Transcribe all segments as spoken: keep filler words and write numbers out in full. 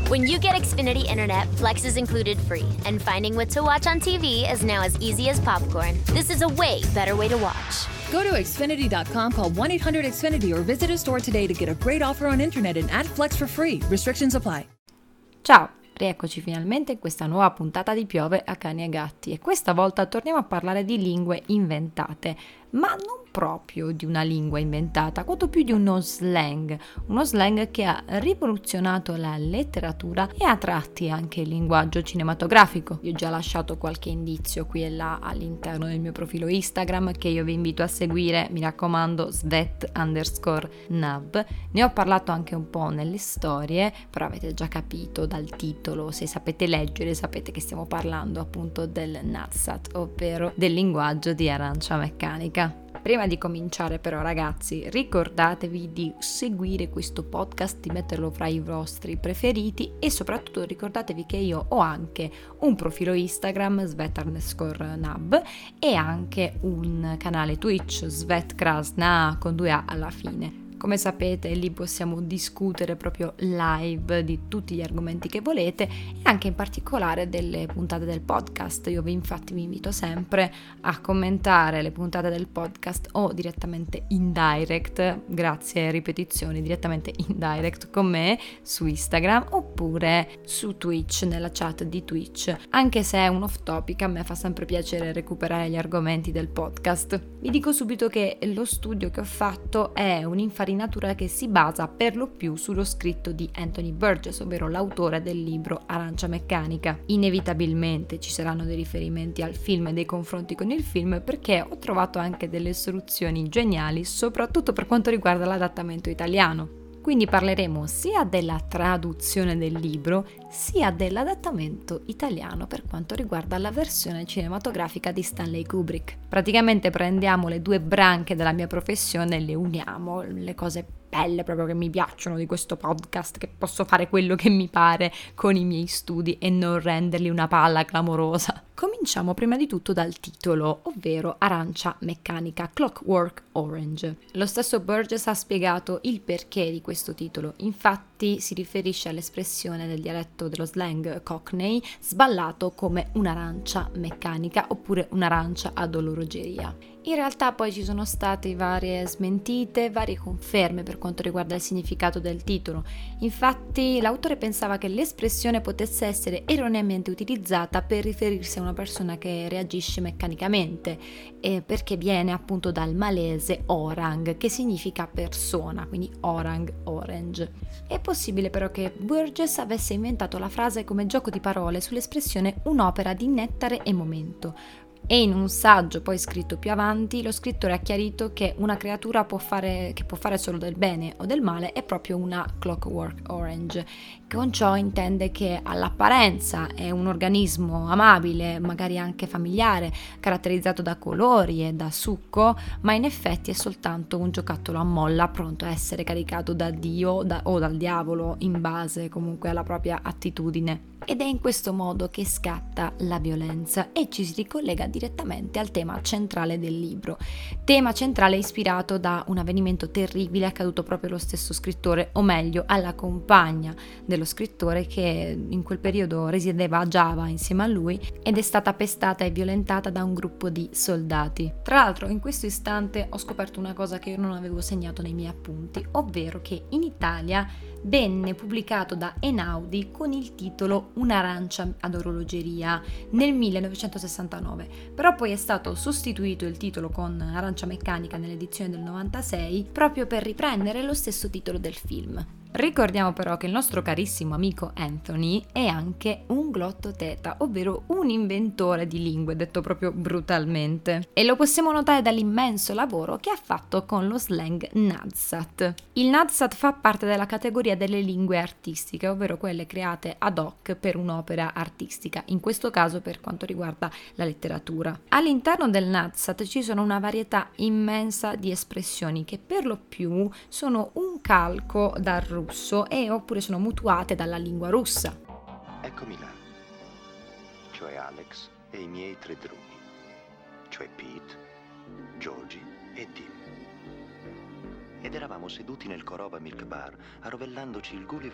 When you get Xfinity Internet, Flex is included free, and finding what to watch on T V is now as easy as popcorn. This is a way better way to watch. Go to Xfinity dot com, call one eight hundred X Finity or visit a store today to get a great offer on internet and add Flex for free. Restrictions apply. Ciao, rieccoci finalmente in questa nuova puntata di Piove a cani e gatti e questa volta torniamo a parlare di lingue inventate, ma non proprio di una lingua inventata, quanto più di uno slang, uno slang che ha rivoluzionato la letteratura e a tratti anche il linguaggio cinematografico. Vi ho già lasciato qualche indizio qui e là all'interno del mio profilo Instagram che io vi invito a seguire, mi raccomando, svet underscore nub. Ne ho parlato anche un po' nelle storie, però avete già capito dal titolo, se sapete leggere sapete che stiamo parlando appunto del Nadsat, ovvero del linguaggio di Arancia Meccanica. Prima di cominciare però ragazzi, ricordatevi di seguire questo podcast, di metterlo fra i vostri preferiti e soprattutto ricordatevi che io ho anche un profilo Instagram, svet underscore nub, e anche un canale Twitch, svetkrasna con due A alla fine. Come sapete lì possiamo discutere proprio live di tutti gli argomenti che volete e anche in particolare delle puntate del podcast. Io vi infatti vi invito sempre a commentare le puntate del podcast o direttamente in direct, grazie a ripetizioni, direttamente in direct con me su Instagram oppure su Twitch, nella chat di Twitch. Anche se è un off topic, a me fa sempre piacere recuperare gli argomenti del podcast. Vi dico subito che lo studio che ho fatto è un'infarinatura che si basa per lo più sullo scritto di Anthony Burgess, ovvero l'autore del libro Arancia Meccanica. Inevitabilmente ci saranno dei riferimenti al film e dei confronti con il film perché ho trovato anche delle soluzioni geniali, soprattutto per quanto riguarda l'adattamento italiano. Quindi parleremo sia della traduzione del libro sia dell'adattamento italiano per quanto riguarda la versione cinematografica di Stanley Kubrick. Praticamente prendiamo le due branche della mia professione e le uniamo, le cose belle proprio che mi piacciono di questo podcast, che posso fare quello che mi pare con i miei studi e non renderli una palla clamorosa. Cominciamo prima di tutto dal titolo, ovvero Arancia Meccanica, Clockwork Orange. Lo stesso Burgess ha spiegato il perché di questo titolo, infatti si riferisce all'espressione del dialetto dello slang Cockney sballato come un'arancia meccanica oppure un'arancia ad orologeria. In realtà poi ci sono state varie smentite, varie conferme per quanto riguarda il significato del titolo. Infatti l'autore pensava che l'espressione potesse essere erroneamente utilizzata per riferirsi a una persona che reagisce meccanicamente, eh, perché viene appunto dal malese orang, che significa persona, quindi orang, orange. È possibile però che Burgess avesse inventato la frase come gioco di parole sull'espressione un'opera di nettare e momento. E in un saggio poi scritto più avanti lo scrittore ha chiarito che una creatura può fare, che può fare solo del bene o del male è proprio una Clockwork Orange. Con ciò intende che all'apparenza è un organismo amabile, magari anche familiare, caratterizzato da colori e da succo, ma in effetti è soltanto un giocattolo a molla pronto a essere caricato da Dio da, o dal diavolo in base comunque alla propria attitudine. Ed è in questo modo che scatta la violenza e ci si ricollega direttamente al tema centrale del libro, tema centrale ispirato da un avvenimento terribile accaduto proprio allo stesso scrittore, o meglio alla compagna dello scrittore che in quel periodo risiedeva a Java insieme a lui ed è stata pestata e violentata da un gruppo di soldati. Tra l'altro in questo istante ho scoperto una cosa che io non avevo segnato nei miei appunti, ovvero che in Italia venne pubblicato da Einaudi con il titolo Un'arancia ad orologeria nel millenovecentosessantanove, però poi è stato sostituito il titolo con Arancia Meccanica nell'edizione del novantasei proprio per riprendere lo stesso titolo del film. Ricordiamo però che il nostro carissimo amico Anthony è anche un glottoteta, ovvero un inventore di lingue, detto proprio brutalmente. E lo possiamo notare dall'immenso lavoro che ha fatto con lo slang Nadsat. Il Nadsat fa parte della categoria delle lingue artistiche, ovvero quelle create ad hoc per un'opera artistica, in questo caso per quanto riguarda la letteratura. All'interno del Nadsat ci sono una varietà immensa di espressioni che per lo più sono un calco dal russo e oppure sono mutuate dalla lingua russa. Eccomi là, cioè Alex e i miei tre drughi, cioè Pete, Georgie e Tim. Ed eravamo seduti nel Korova Milk Bar, arrovellandoci il Gulliver,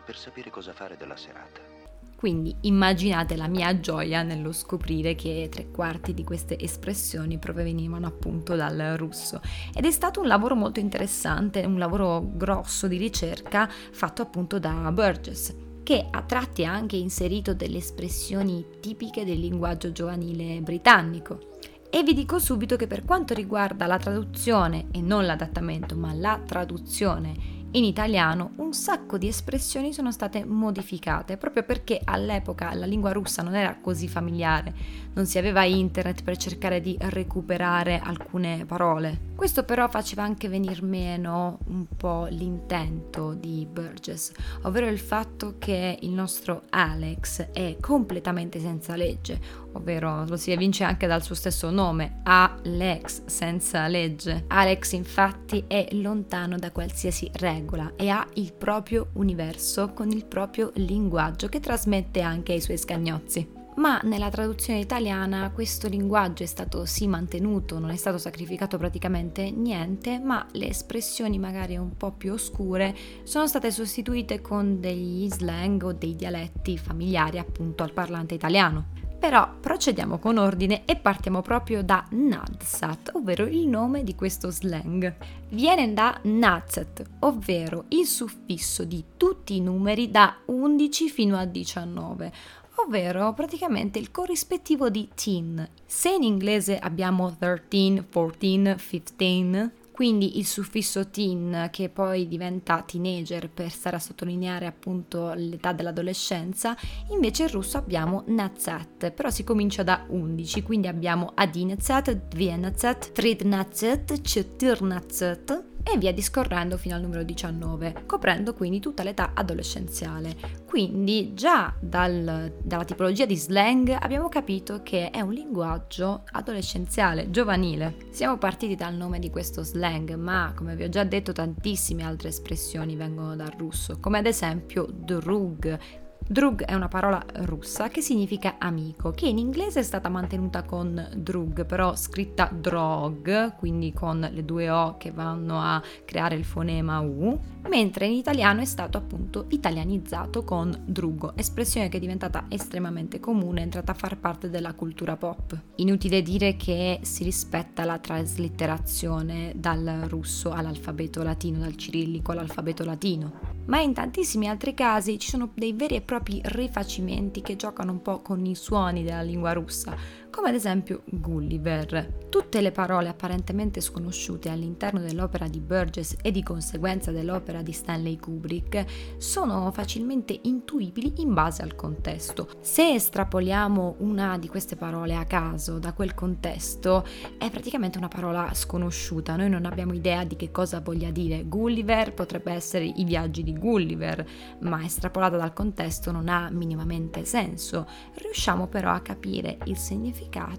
per sapere cosa fare della serata. Quindi immaginate la mia gioia nello scoprire che tre quarti di queste espressioni provenivano appunto dal russo. Ed è stato un lavoro molto interessante, un lavoro grosso di ricerca fatto appunto da Burgess, che a tratti ha anche inserito delle espressioni tipiche del linguaggio giovanile britannico. E vi dico subito che per quanto riguarda la traduzione, e non l'adattamento, ma la traduzione in italiano, un sacco di espressioni sono state modificate, proprio perché all'epoca la lingua russa non era così familiare, non si aveva internet per cercare di recuperare alcune parole. Questo però faceva anche venir meno un po' l'intento di Burgess, ovvero il fatto che il nostro Alex è completamente senza legge, ovvero lo si evince anche dal suo stesso nome, Alex, senza legge. Alex infatti è lontano da qualsiasi regola e ha il proprio universo con il proprio linguaggio che trasmette anche ai suoi scagnozzi. Ma nella traduzione italiana questo linguaggio è stato sì mantenuto, non è stato sacrificato praticamente niente, ma le espressioni magari un po' più oscure sono state sostituite con degli slang o dei dialetti familiari appunto al parlante italiano. Però procediamo con ordine e partiamo proprio da Nadsat, ovvero il nome di questo slang. Viene da Nazet, ovvero il suffisso di tutti i numeri da undici fino a diciannove, ovvero praticamente il corrispettivo di teen. Se in inglese abbiamo tredici, quattordici, quindici, quindi il suffisso teen che poi diventa teenager per stare a sottolineare appunto l'età dell'adolescenza, invece in russo abbiamo nazat, però si comincia da undici, quindi abbiamo одиннадцать, двенадцать, тринадцать, четырнадцать e via discorrendo fino al numero diciannove, coprendo quindi tutta l'età adolescenziale. Quindi già dal, dalla tipologia di slang abbiamo capito che è un linguaggio adolescenziale, giovanile. Siamo partiti dal nome di questo slang, ma come vi ho già detto tantissime altre espressioni vengono dal russo, come ad esempio drug. Drug è una parola russa che significa amico, che in inglese è stata mantenuta con drug, però scritta drog, quindi con le due O che vanno a creare il fonema U, mentre in italiano è stato appunto italianizzato con drugo, espressione che è diventata estremamente comune, è entrata a far parte della cultura pop. Inutile dire che si rispetta la traslitterazione dal russo all'alfabeto latino, dal cirillico all'alfabeto latino. Ma in tantissimi altri casi ci sono dei veri e propri rifacimenti che giocano un po' con i suoni della lingua russa, come ad esempio Gulliver. Tutte le parole apparentemente sconosciute all'interno dell'opera di Burgess e di conseguenza dell'opera di Stanley Kubrick sono facilmente intuibili in base al contesto. Se estrapoliamo una di queste parole a caso da quel contesto, è praticamente una parola sconosciuta, noi non abbiamo idea di che cosa voglia dire. Gulliver potrebbe essere i viaggi di Gulliver, ma estrapolata dal contesto non ha minimamente senso. Riusciamo però a capire il significato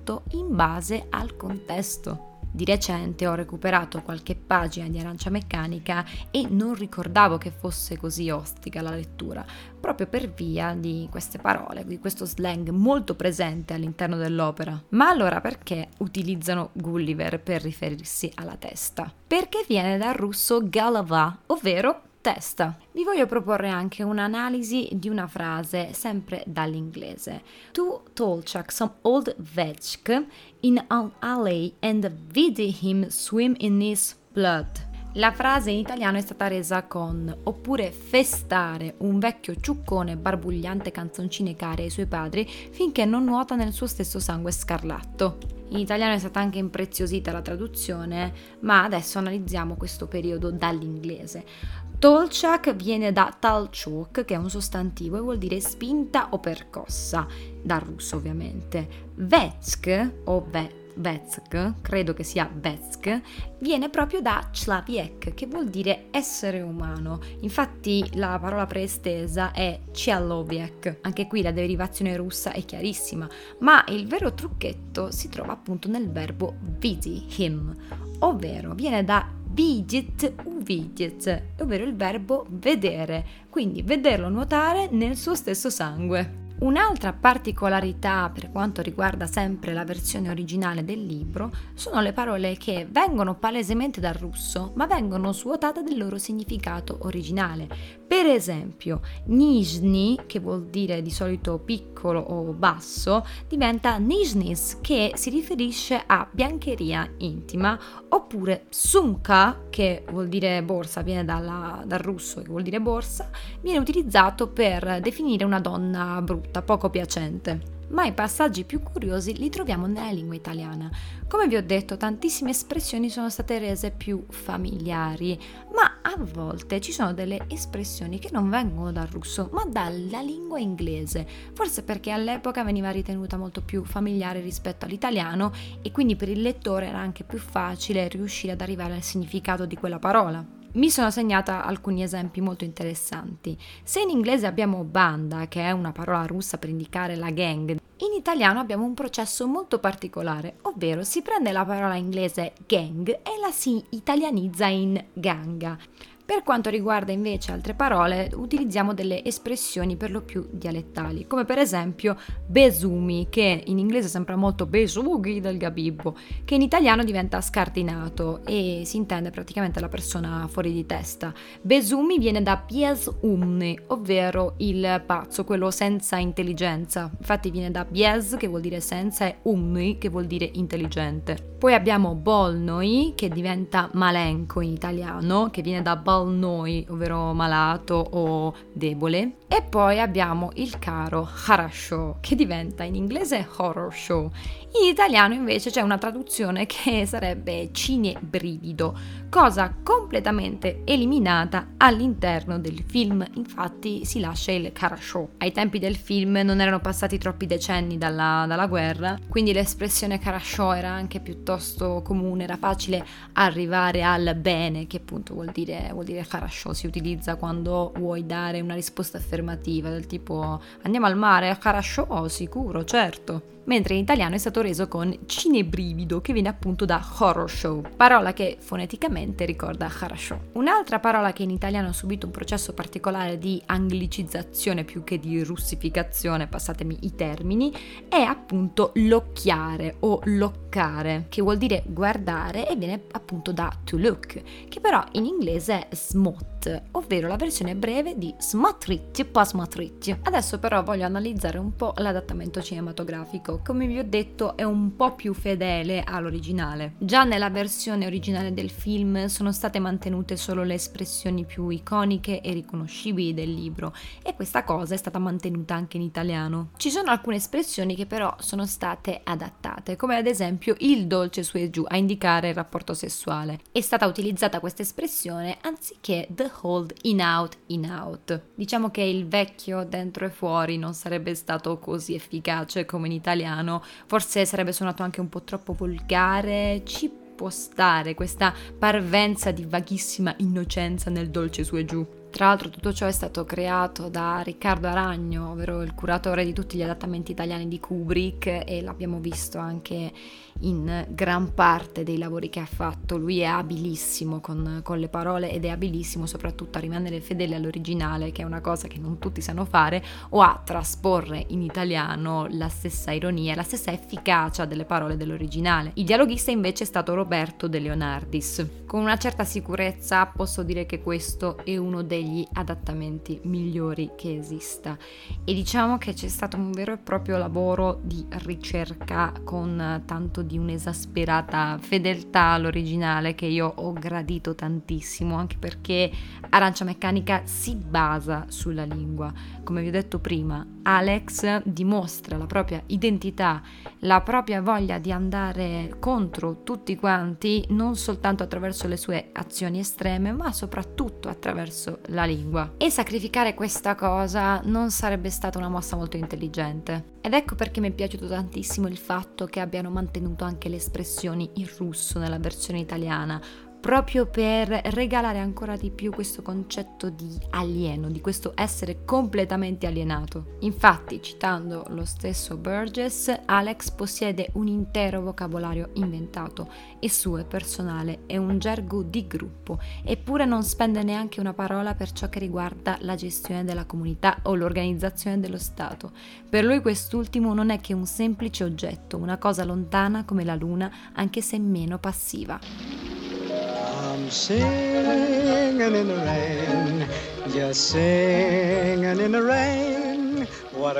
in base al contesto. Di recente ho recuperato qualche pagina di Arancia Meccanica e non ricordavo che fosse così ostica la lettura, proprio per via di queste parole, di questo slang molto presente all'interno dell'opera. Ma allora perché utilizzano Gulliver per riferirsi alla testa? Perché viene dal russo galava, ovvero testa. Vi voglio proporre anche un'analisi di una frase sempre dall'inglese. Tu Tolchak some old vetch in an alley and vidi him swim in his blood. La frase in italiano è stata resa con oppure festare un vecchio ciuccone barbugliante canzoncine care ai suoi padri finché non nuota nel suo stesso sangue scarlatto. In italiano è stata anche impreziosita la traduzione, ma adesso analizziamo questo periodo dall'inglese. Tolchak viene da talchuk, che è un sostantivo e vuol dire spinta o percossa, dal russo ovviamente. Vetsk o ve- Vetsk, credo che sia Vetsk, viene proprio da člověk, che vuol dire essere umano. Infatti la parola preestesa è человек. Anche qui la derivazione russa è chiarissima, ma il vero trucchetto si trova appunto nel verbo vidi him, ovvero viene da vidit uvidit, ovvero il verbo vedere, quindi vederlo nuotare nel suo stesso sangue. Un'altra particolarità per quanto riguarda sempre la versione originale del libro sono le parole che vengono palesemente dal russo, ma vengono svuotate del loro significato originale. Per esempio, Nizhny, che vuol dire di solito piccolo o basso, diventa Nizhnis, che si riferisce a biancheria intima, oppure Sumka, che vuol dire borsa, viene dalla, dal russo che vuol dire borsa, viene utilizzato per definire una donna brutta, poco piacente. Ma i passaggi più curiosi li troviamo nella lingua italiana. Come vi ho detto, tantissime espressioni sono state rese più familiari, ma a volte ci sono delle espressioni che non vengono dal russo, ma dalla lingua inglese, forse perché all'epoca veniva ritenuta molto più familiare rispetto all'italiano e quindi per il lettore era anche più facile riuscire ad arrivare al significato di quella parola. Mi sono segnata alcuni esempi molto interessanti. Se in inglese abbiamo banda, che è una parola russa per indicare la gang, in italiano abbiamo un processo molto particolare, ovvero si prende la parola inglese gang e la si italianizza in ganga. Per quanto riguarda invece altre parole, utilizziamo delle espressioni per lo più dialettali, come per esempio besumi, che in inglese sembra molto besughi del gabibbo, che in italiano diventa scardinato e si intende praticamente la persona fuori di testa. Besumi viene da biesumni, ovvero il pazzo, quello senza intelligenza. Infatti viene da bies, che vuol dire senza, e umni, che vuol dire intelligente. Poi abbiamo bolnoi, che diventa malenco in italiano, che viene da noi, ovvero malato o debole. E poi abbiamo il caro Harasho, che diventa in inglese horror show. In italiano invece c'è una traduzione che sarebbe cinebrivido, cosa completamente eliminata all'interno del film. Infatti si lascia il Harasho. Ai tempi del film non erano passati troppi decenni dalla, dalla guerra, quindi l'espressione Harasho era anche piuttosto comune, era facile arrivare al bene, che appunto vuol dire, vuol dire Harasho. Si utilizza quando vuoi dare una risposta affermativa, del tipo andiamo al mare, Harasho? Oh, sicuro, certo. Mentre in italiano è stato reso con cinebrivido, che viene appunto da horror show, parola che foneticamente ricorda Harasho. Un'altra parola che in italiano ha subito un processo particolare di anglicizzazione più che di russificazione, passatemi i termini, è appunto l'occhiare o loccare, che vuol dire guardare e viene appunto da to look, che però in inglese è smot, ovvero la versione breve di smatritje pa smatritje. Adesso però voglio analizzare un po' l'adattamento cinematografico. Come vi ho detto, è un po' più fedele all'originale. Già nella versione originale del film sono state mantenute solo le espressioni più iconiche e riconoscibili del libro, e questa cosa è stata mantenuta anche in italiano. Ci sono alcune espressioni che però sono state adattate, come ad esempio il dolce su e giù a indicare il rapporto sessuale. È stata utilizzata questa espressione anziché the hold in out in out. Diciamo che il vecchio dentro e fuori non sarebbe stato così efficace come in italiano. Forse sarebbe suonato anche un po' troppo volgare. Ci può stare questa parvenza di vaghissima innocenza nel dolce su e giù. Tra l'altro tutto ciò è stato creato da Riccardo Aragno, ovvero il curatore di tutti gli adattamenti italiani di Kubrick, e l'abbiamo visto anche in gran parte dei lavori che ha fatto. Lui è abilissimo con, con le parole, ed è abilissimo soprattutto a rimanere fedele all'originale, che è una cosa che non tutti sanno fare, o a trasporre in italiano la stessa ironia, la stessa efficacia delle parole dell'originale. Il dialoghista invece è stato Roberto De Leonardis. Con una certa sicurezza posso dire che questo è uno degli adattamenti migliori che esista, e diciamo che c'è stato un vero e proprio lavoro di ricerca con tanto di un'esasperata fedeltà all'originale che io ho gradito tantissimo, anche perché Arancia Meccanica si basa sulla lingua. Come vi ho detto prima, Alex dimostra la propria identità, la propria voglia di andare contro tutti quanti, non soltanto attraverso le sue azioni estreme, ma soprattutto attraverso la lingua. E sacrificare questa cosa non sarebbe stata una mossa molto intelligente. Ed ecco perché mi è piaciuto tantissimo il fatto che abbiano mantenuto anche le espressioni in russo nella versione italiana, proprio per regalare ancora di più questo concetto di alieno, di questo essere completamente alienato. Infatti, citando lo stesso Burgess, Alex possiede un intero vocabolario inventato e suo è personale, è un gergo di gruppo, eppure non spende neanche una parola per ciò che riguarda la gestione della comunità o l'organizzazione dello Stato. Per lui quest'ultimo non è che un semplice oggetto, una cosa lontana come la luna, anche se meno passiva. I'm singing in the rain, Just singing in the rain, what a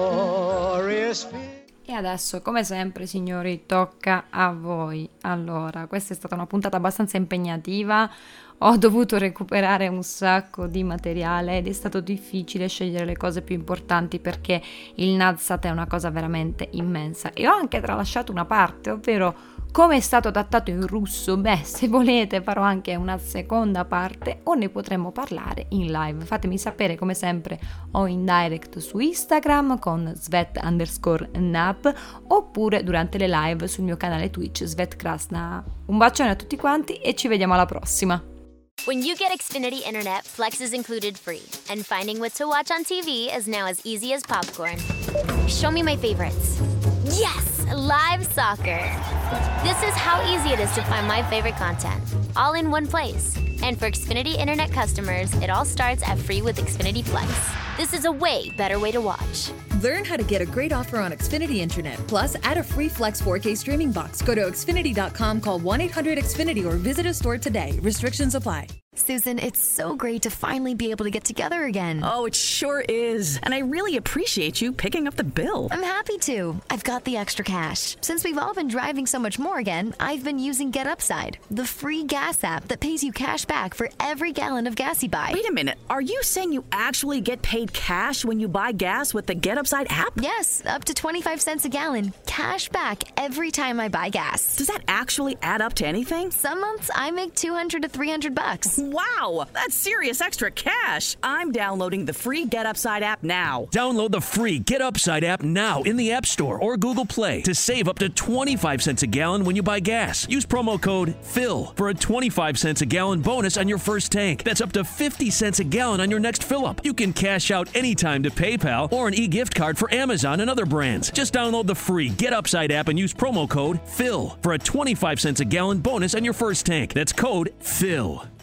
glorious feeling. E adesso, come sempre, signori, tocca a voi. Allora, questa è stata una puntata abbastanza impegnativa, ho dovuto recuperare un sacco di materiale ed è stato difficile scegliere le cose più importanti perché il Nadsat è una cosa veramente immensa. E ho anche tralasciato una parte, ovvero come è stato adattato in russo. Beh, se volete farò anche una seconda parte o ne potremmo parlare in live. Fatemi sapere come sempre o in direct su Instagram con Svet underscore nap oppure durante le live sul mio canale Twitch Svet Krasna. Un bacione a tutti quanti e ci vediamo alla prossima. When you get Xfinity Internet, Flex is included free, and finding what to watch on T V is now as easy as popcorn. Show me my favorites. Yes, live soccer. This is how easy it is to find my favorite content, all in one place. And for Xfinity Internet customers, it all starts at free with Xfinity Flex. This is a way better way to watch. Learn how to get a great offer on Xfinity Internet. Plus, add a free Flex four K streaming box. Go to Xfinity dot com, call one eight hundred X Finity or visit a store today. Restrictions apply. Susan, it's so great to finally be able to get together again. Oh, it sure is. And I really appreciate you picking up the bill. I'm happy to. I've got the extra cash. Since we've all been driving so much more again, I've been using Get Upside, the free gas app that pays you cash back for every gallon of gas you buy. Wait a minute. Are you saying you actually get paid cash when you buy gas with the Get Upside app? Yes, up to twenty-five cents a gallon. Cash back every time I buy gas. Does that actually add up to anything? Some months I make two hundred to three hundred bucks. Wow, that's serious extra cash. I'm downloading the free Get Upside app now. Download the free Get Upside app now in the App Store or Google Play to save up to twenty-five cents a gallon when you buy gas. Use promo code PHIL for a twenty-five cents a gallon bonus on your first tank. That's up to fifty cents a gallon on your next fill-up. You can cash out anytime to PayPal or an e-gift card for Amazon and other brands. Just download the free Get Upside app and use promo code PHIL for a twenty-five cents a gallon bonus on your first tank. That's code PHIL.